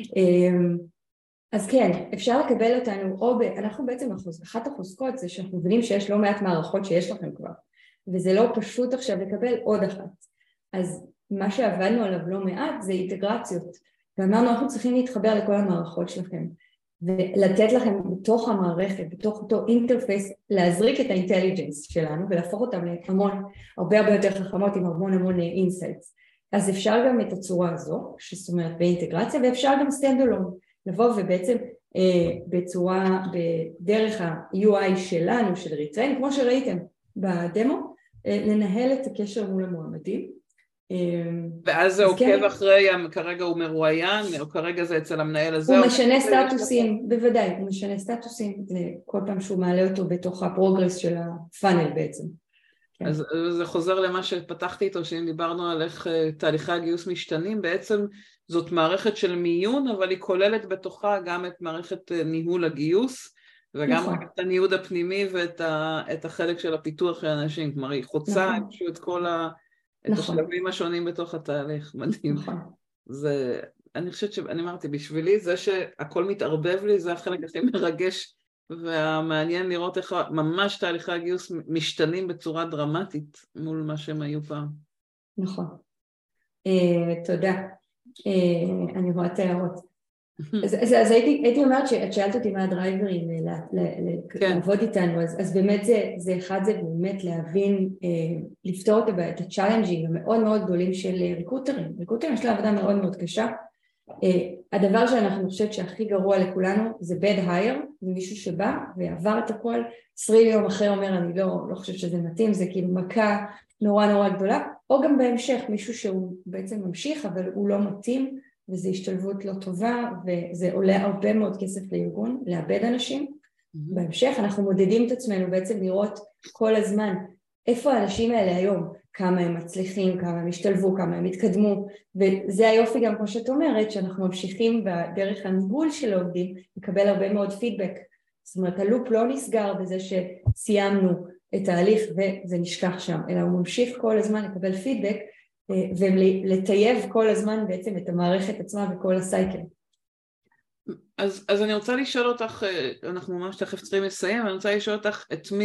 אז כן, אפשר לקבל אותנו, אנחנו בעצם, אחת החוזקות זה שאנחנו מבינים שיש לא מעט מערכות שיש לכם כבר, וזה לא פשוט עכשיו לקבל עוד אחת. אז מה שעבדנו עליו לא מעט זה אינטגרציות, ואמרנו אנחנו צריכים להתחבר לכל המערכות שלכם, ולתת לכם בתוך המערכת, בתוך אותו אינטרפייס, להזריק את האינטליג'נס שלנו, ולהפוך אותם להמון, הרבה יותר חכמות עם המון אינסייטס. אז אפשר גם את הצורה הזו, זאת אומרת באינטגרציה, ואפשר גם סטנדלון, לבוא ובעצם בצורה, בדרך ה-UI שלנו, של ריטריין, כמו שראיתם בדמו, לנהל את הקשר מול המועמדים. ואז זה עוקב אחרי, כרגע הוא מרואיין, או כרגע זה אצל המנהל הזה? הוא משנה סטטוסים, בוודאי, הוא משנה סטטוסים, זה כל פעם שהוא מעלה אותו בתוך הפרוגרס של הפאנל בעצם. אז זה חוזר למה שפתחתי איתו, שאם דיברנו על איך תהליכי הגיוס משתנים, בעצם זאת מערכת של מיון, אבל היא כוללת בתוכה גם את מערכת ניהול הגיוס, וגם את הניהוד הפנימי ואת החלק של הפיתוח של האנשים, כלומר היא חוצה את כל את השלבים השונים בתוך התהליך, מדהים. זה, אני חושבת שאני אמרתי, בשבילי זה שהכל מתערבב לי, זה החלק הכי מרגש, והמעניין לראות איך ממש תהליכי הגיוס משתנים בצורה דרמטית מול מה שהם היו פעם. נכון. תודה. אני רואה את ההערות. אז הייתי אומרת שאת שאלת אותי מה הדרייברים לעבוד איתנו, אז באמת זה אחד, זה באמת להבין, לפתור את הצ'אלנג'ים המאוד מאוד גדולים של ריקרוטרים. ריקרוטרים יש לה עבודה מאוד מאוד קשה. הדבר שאנחנו חושבת שהכי גרוע לכולנו זה bad hire, זה מישהו שבא ועבר את הכל, 20 יום אחרי אומר אני לא חושבת שזה מתאים, זה כאילו מכה נורא גדולה, או גם בהמשך מישהו שהוא בעצם ממשיך אבל הוא לא מתאים, וזו השתלבות לא טובה, וזה עולה הרבה מאוד כסף לארגון, לאבד אנשים. בהמשך אנחנו מודדים את עצמנו בעצם לראות כל הזמן איפה האנשים האלה היום, כמה הם מצליחים, כמה הם השתלבו, כמה הם התקדמו, וזה היופי גם כמו שאת אומרת, שאנחנו ממשיכים בדרך הניהול של העובדים, לקבל הרבה מאוד פידבק, זאת אומרת הלופ לא נסגר בזה שסיימנו את ההליך וזה נשכח שם, אלא הוא ממשיך כל הזמן לקבל פידבק, ולטייב כל הזמן בעצם את המערכת עצמה וכל הסייקל. אז אני רוצה לשאול אותך, אנחנו ממש תכף צריכים לסיים, אני רוצה לשאול אותך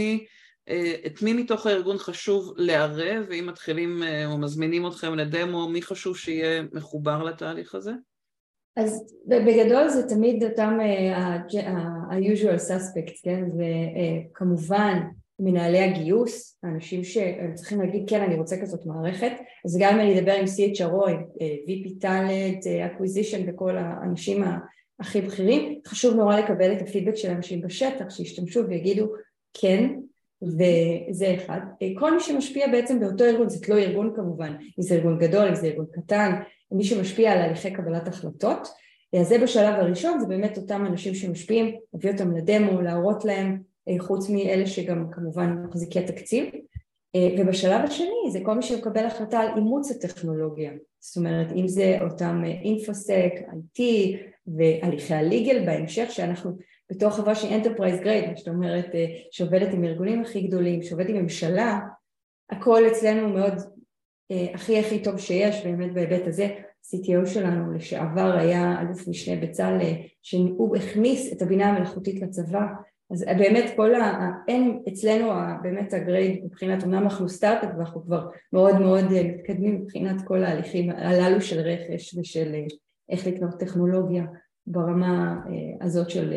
את מי מתוך הארגון חשוב לערב, ואם מתחילים או מזמינים אתכם לדמו, מי חשוב שיהיה מחובר לתהליך הזה? אז בגדול זה תמיד אותם ה-usual suspects, כן? וכמובן מנהלי הגיוס, האנשים שהם צריכים להגיד כן אני רוצה כזאת מערכת, אז גם אם אני אדבר עם CHRO, עם VP Talent, Acquisition וכל האנשים הכי בכירים, חשוב נורא לקבל את הפידבק של האנשים בשטח, שישתמשו ויגידו כן, וזה אחד. כל מי שמשפיע בעצם באותו ארגון, זה לא ארגון כמובן, אם זה ארגון גדול, אם זה ארגון קטן, מי שמשפיע על הליכי קבלת החלטות, אז זה בשלב הראשון, זה באמת אותם אנשים שמשפיעים, להביא אותם לדמו, להראות להם, חוץ מאלה שגם כמובן מחזיקי התקציב, ובשלב השני זה כל מי שמקבל החלטה על אימוץ הטכנולוגיה, זאת אומרת אם זה אותם אינפוסק, IT והליכי הליגל בהמשך שאנחנו בתור חברה שהיא אנטרפרייז גרייד, מה שאת אומרת שעובדת עם ארגונים הכי גדולים, שעובדת עם ממשלה, הכל אצלנו מאוד הכי טוב שיש באמת בהיבט הזה, CTO שלנו לשעבר היה אלוף משנה בצה"ל שהוא הכניס את הבינה המלאכותית לצבא, אז באמת אין אצלנו באמת הגרייד מבחינת, אמנם אנחנו סטארט-אפ ואנחנו כבר מאוד מאוד מתקדמים מבחינת כל ההליכים הללו של רכש ושל איך לקנות טכנולוגיה ברמה הזאת של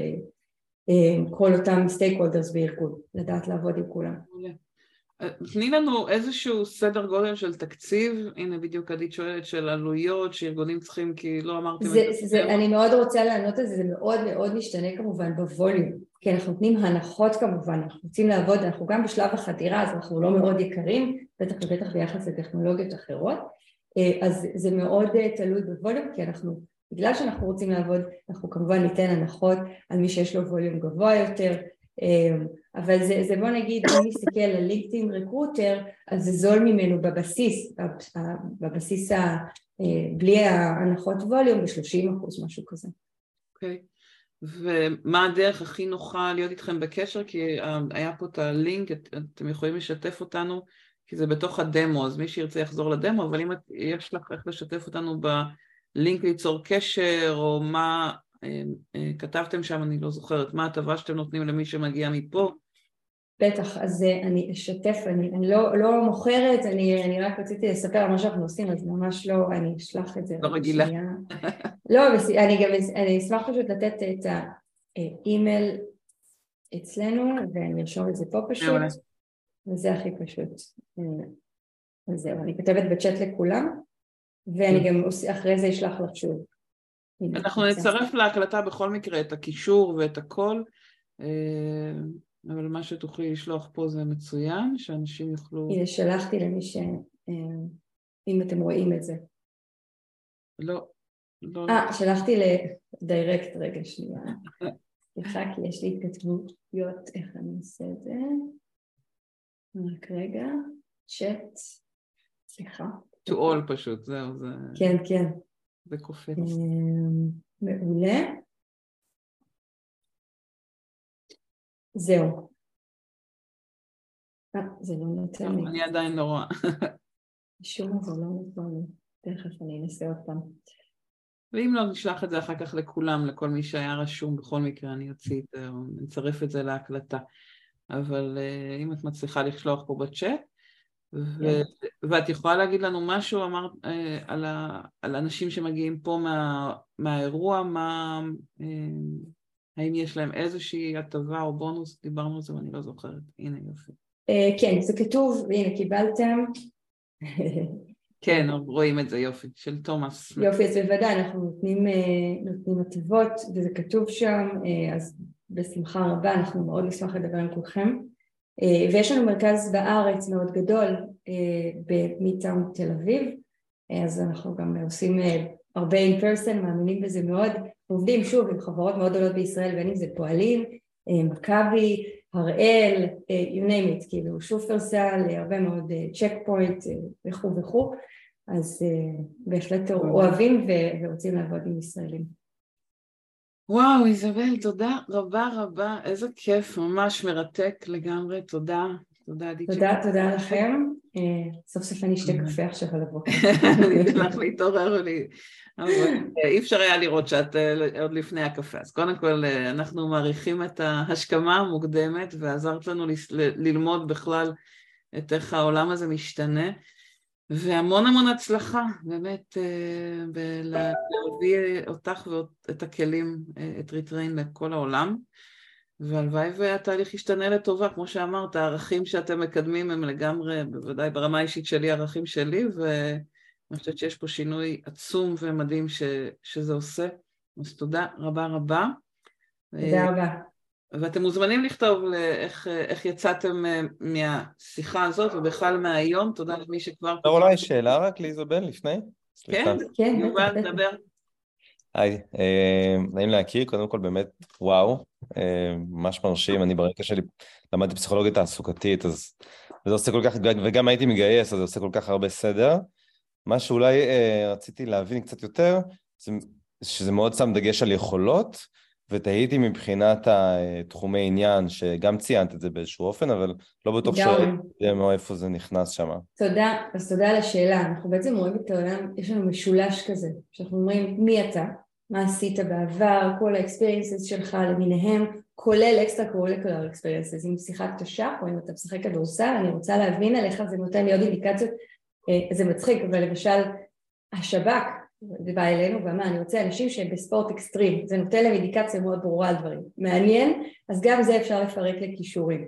כל אותם סטייקהולדרס בארגון, לדעת לעבוד עם כולם. תני לנו איזשהו סדר גודל של תקציב, הנה בדיוק עדית שואלת של עלויות שארגונים צריכים, כי לא אמרתם את זה. אני מאוד רוצה לענות על זה, זה מאוד מאוד משתנה כמובן בווליום, כי אנחנו נותנים הנחות כמובן, אנחנו רוצים לעבוד, אנחנו גם בשלב החדירה, אז אנחנו לא מאוד יקרים, בטח ובטח ביחס לטכנולוגיות אחרות, אז זה מאוד תלוי בווליום, כי אנחנו, בגלל שאנחנו רוצים לעבוד, אנחנו כמובן ניתן הנחות על מי שיש לו ווליום גבוה יותר, אבל זה בוא נגיד, אם נסתכל על לינקדאין רקרוטר, אז זה זול ממנו בבסיס בלי ההנחות ווליום ב-30%, משהו כזה. אוקיי, ומה הדרך הכי נוחה להיות איתכם בקשר? כי היה פה את הלינק, אתם יכולים לשתף אותנו, כי זה בתוך הדמו, אז מי שירצה יחזור לדמו, אבל אם יש לך איך לשתף אותנו בלינק ליצור קשר, או מה כתבתם שם, אני לא זוכרת, מה הטבה שאתם נותנים למי שמגיע מפה? בטח, אז אני אשתף, אני לא מוכרת, אני רק רציתי לספר על מה שאנחנו עושים, אז ממש לא, אני אשלח את זה. לא רגילה. לא, אני אשמח פשוט לתת את האימייל אצלנו, ואני ארשום את זה פה פשוט, וזה הכי פשוט. אז זהו, אני כתבת בצ'אט לכולם, ואני גם אחרי זה אשלח לך שוב. אנחנו נצרף להקלטה בכל מקרה את הקישור ואת הכל, אבל מה שתוכלי לשלוח פה זה מצוין, שאנשים יוכלו... הנה, שלחתי למי אם אתם רואים את זה. לא. שלחתי לדיירקט, רגע שנייה. סליחה, כי יש לי התכתבויות, איך אני עושה את זה? רק רגע, צ'אט, סליחה. To all פשוט, זהו, זה... כן. זה קופץ. מעולה. זהו. זה לא נותן לי. אני עדיין לא רואה. שום זה לא נותן לי. תכף אני אנסה עוד פעם. ואם לא נשלח את זה אחר כך לכולם, לכל מי שהיה רשום, בכל מקרה אני אוציא את זה, או נצרף את זה להקלטה. אבל אם את מצליחה לשלוח פה בצ'אט, ואת יכולה להגיד לנו משהו, אמרת, על אנשים שמגיעים פה מהאירוע, האם יש להם איזושהי הטבה או בונוס, דיברנו על זה ואני לא זוכרת, הנה יופי. כן, זה כתוב, והנה קיבלתם. כן, רואים את זה, יופי, של תומאס. יופי, אז בוודאי, אנחנו נותנים הטבות, וזה כתוב שם, אז בשמחה רבה, אנחנו מאוד נשמח לדבר עם כולכם. ויש לנו מרכז בארץ מאוד גדול, במידטאון תל אביב, אז אנחנו גם עושים הרבה in person, מאמינים בזה מאוד, עובדים שוב עם חברות מאוד גדולות בישראל, בין אם זה פועלים, מכבי, הראל, you name it, כאילו שופרסל, הרבה מאוד צ'ק פוינט וכו' וכו', אז בהחלט אוהבים ורוצים לעבוד עם ישראלים. וואו, איזבל, תודה רבה רבה, איזה כיף, ממש מרתק לגמרי, תודה. תודה לכם, סוף סוף אני אשתה קפה עכשיו על הבוקר. אני אתלך להתעורר לי, אבל אי אפשר היה לראות שאת עוד לפני הקפה, אז קודם כל אנחנו מעריכים את ההשכמה המוקדמת, ועזרת לנו ללמוד בכלל את איך העולם הזה משתנה, והמון המון הצלחה, באמת, להביא אותך ואת הכלים, את ריטריין לכל העולם, והלוואי והתהליך ישתנה לטובה, כמו שאמרת, הערכים שאתם מקדמים הם לגמרי, בוודאי ברמה האישית שלי, הערכים שלי, ואני חושבת שיש פה שינוי עצום ומדהים שזה עושה, אז תודה רבה רבה. תודה רבה. ואתם מוזמנים לכתוב איך יצאתם מהשיחה הזאת, ובכלל מהיום, תודה למי שכבר... אולי שאלה רק לאיזבל לפני? כן, יובל, דבר. היי, נעים להכיר, קודם כל באמת וואו, ממש מרשים, אני ברקע שלי למדתי פסיכולוגיה תעסוקתית, אז זה עושה כל כך, וגם הייתי מגייס, אז זה עושה כל כך הרבה סדר. מה שאולי רציתי להבין קצת יותר, זה שזה מאוד שם דגש על יכולות, ותהיתי מבחינת התחומי עניין, שגם ציינת את זה באיזשהו אופן, אבל לא בטוח שיודע איפה זה נכנס שם. תודה, אז תודה על השאלה. אנחנו בעצם רואים את העולם, יש לנו משולש כזה, שאנחנו אומרים מי אתה, מה עשית בעבר, כל ה-experiences שלך למיניהם, כולל extra-curricular experiences, אם שיחקת שח או אם אתה משחק כדורסל, אני רוצה להבין עליך, זה נותן לי עוד אינדיקציות, זה מצחיק, אבל למשל השב"כ, זה בא אלינו ואמר, אני רוצה אנשים שהם בספורט אקסטרים, זה נותן להם אינדיקציה מאוד ברורה על דברים. מעניין, אז גם זה אפשר לפרק לכישורים.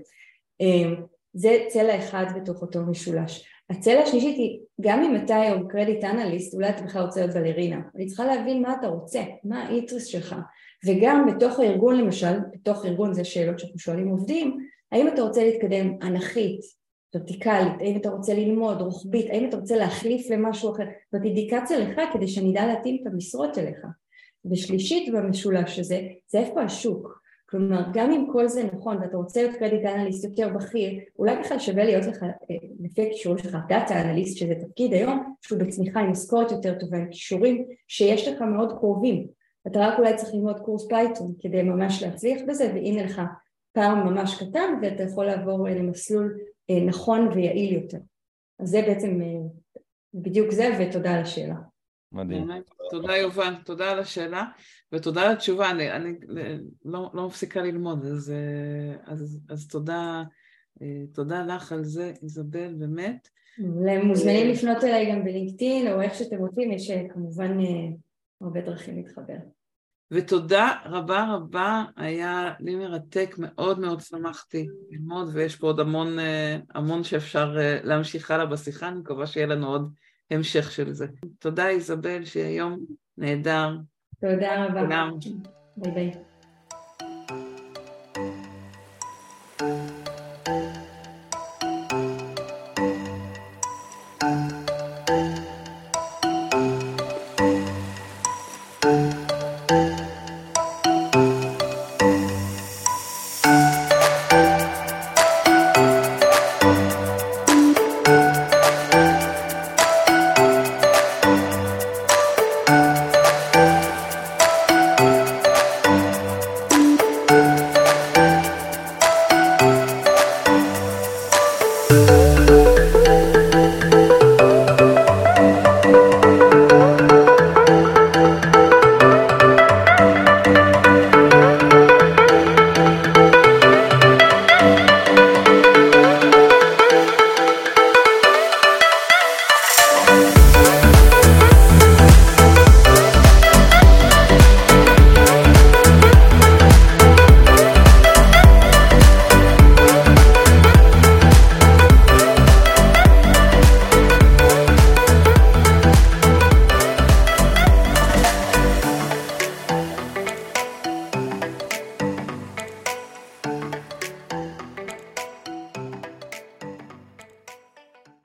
זה צלע אחד בתוך אותו משולש. הצלע השלישית היא, גם אם אתה היום קרדיט אנליסט, אולי אתה בכלל רוצה להיות בלרינה, אני צריכה להבין מה אתה רוצה, מה האינטרסט שלך, וגם בתוך הארגון למשל, בתוך ארגון זה שאלות שאנחנו שואלים עובדים, האם אתה רוצה להתקדם אנכית, ורטיקלית, האם אתה רוצה ללמוד, רוחבית, האם אתה רוצה להחליף למשהו אחר, זאת אינדיקציה לך כדי שנדע להתאים את המשרות אליך. ושלישית במשולש הזה, זה איפה השוק. כלומר, גם אם כל זה נכון, ואתה רוצה להיות קרדיט אנליסט יותר בכיר, אולי בכלל שווה להיות לך, לפי הכישורים שלך, דאטה אנליסט, שזה תפקיד היום, שהוא בצמיחה עם משכורת יותר טובה, עם כישורים שיש לך מאוד קרובים. אתה רק אולי צריך ללמוד קורס פייתון, כדי ממש להצליח בזה, והנה לך פעם ממש קטן, ואתה יכול לעבור למסלול נכון ויעיל יותר. אז זה בעצם בדיוק זה, ותודה על השאלה. מדהים. תודה יובל, תודה על השאלה, ותודה על התשובה, אני לא מפסיקה ללמוד, אז תודה לך על זה, איזבל, באמת. מוזמנים לפנות אליי גם בלינקדאין, או איך שאתם רוצים, יש כמובן הרבה דרכים להתחבר. ותודה רבה רבה, היה לי מרתק, מאוד מאוד שמחתי ללמוד, ויש פה עוד המון שאפשר להמשיך הלאה בשיחה, אני מקווה שיהיה לנו עוד המשך של זה. תודה איזבל, שיהיה יום נהדר. תודה רבה. ביי ביי.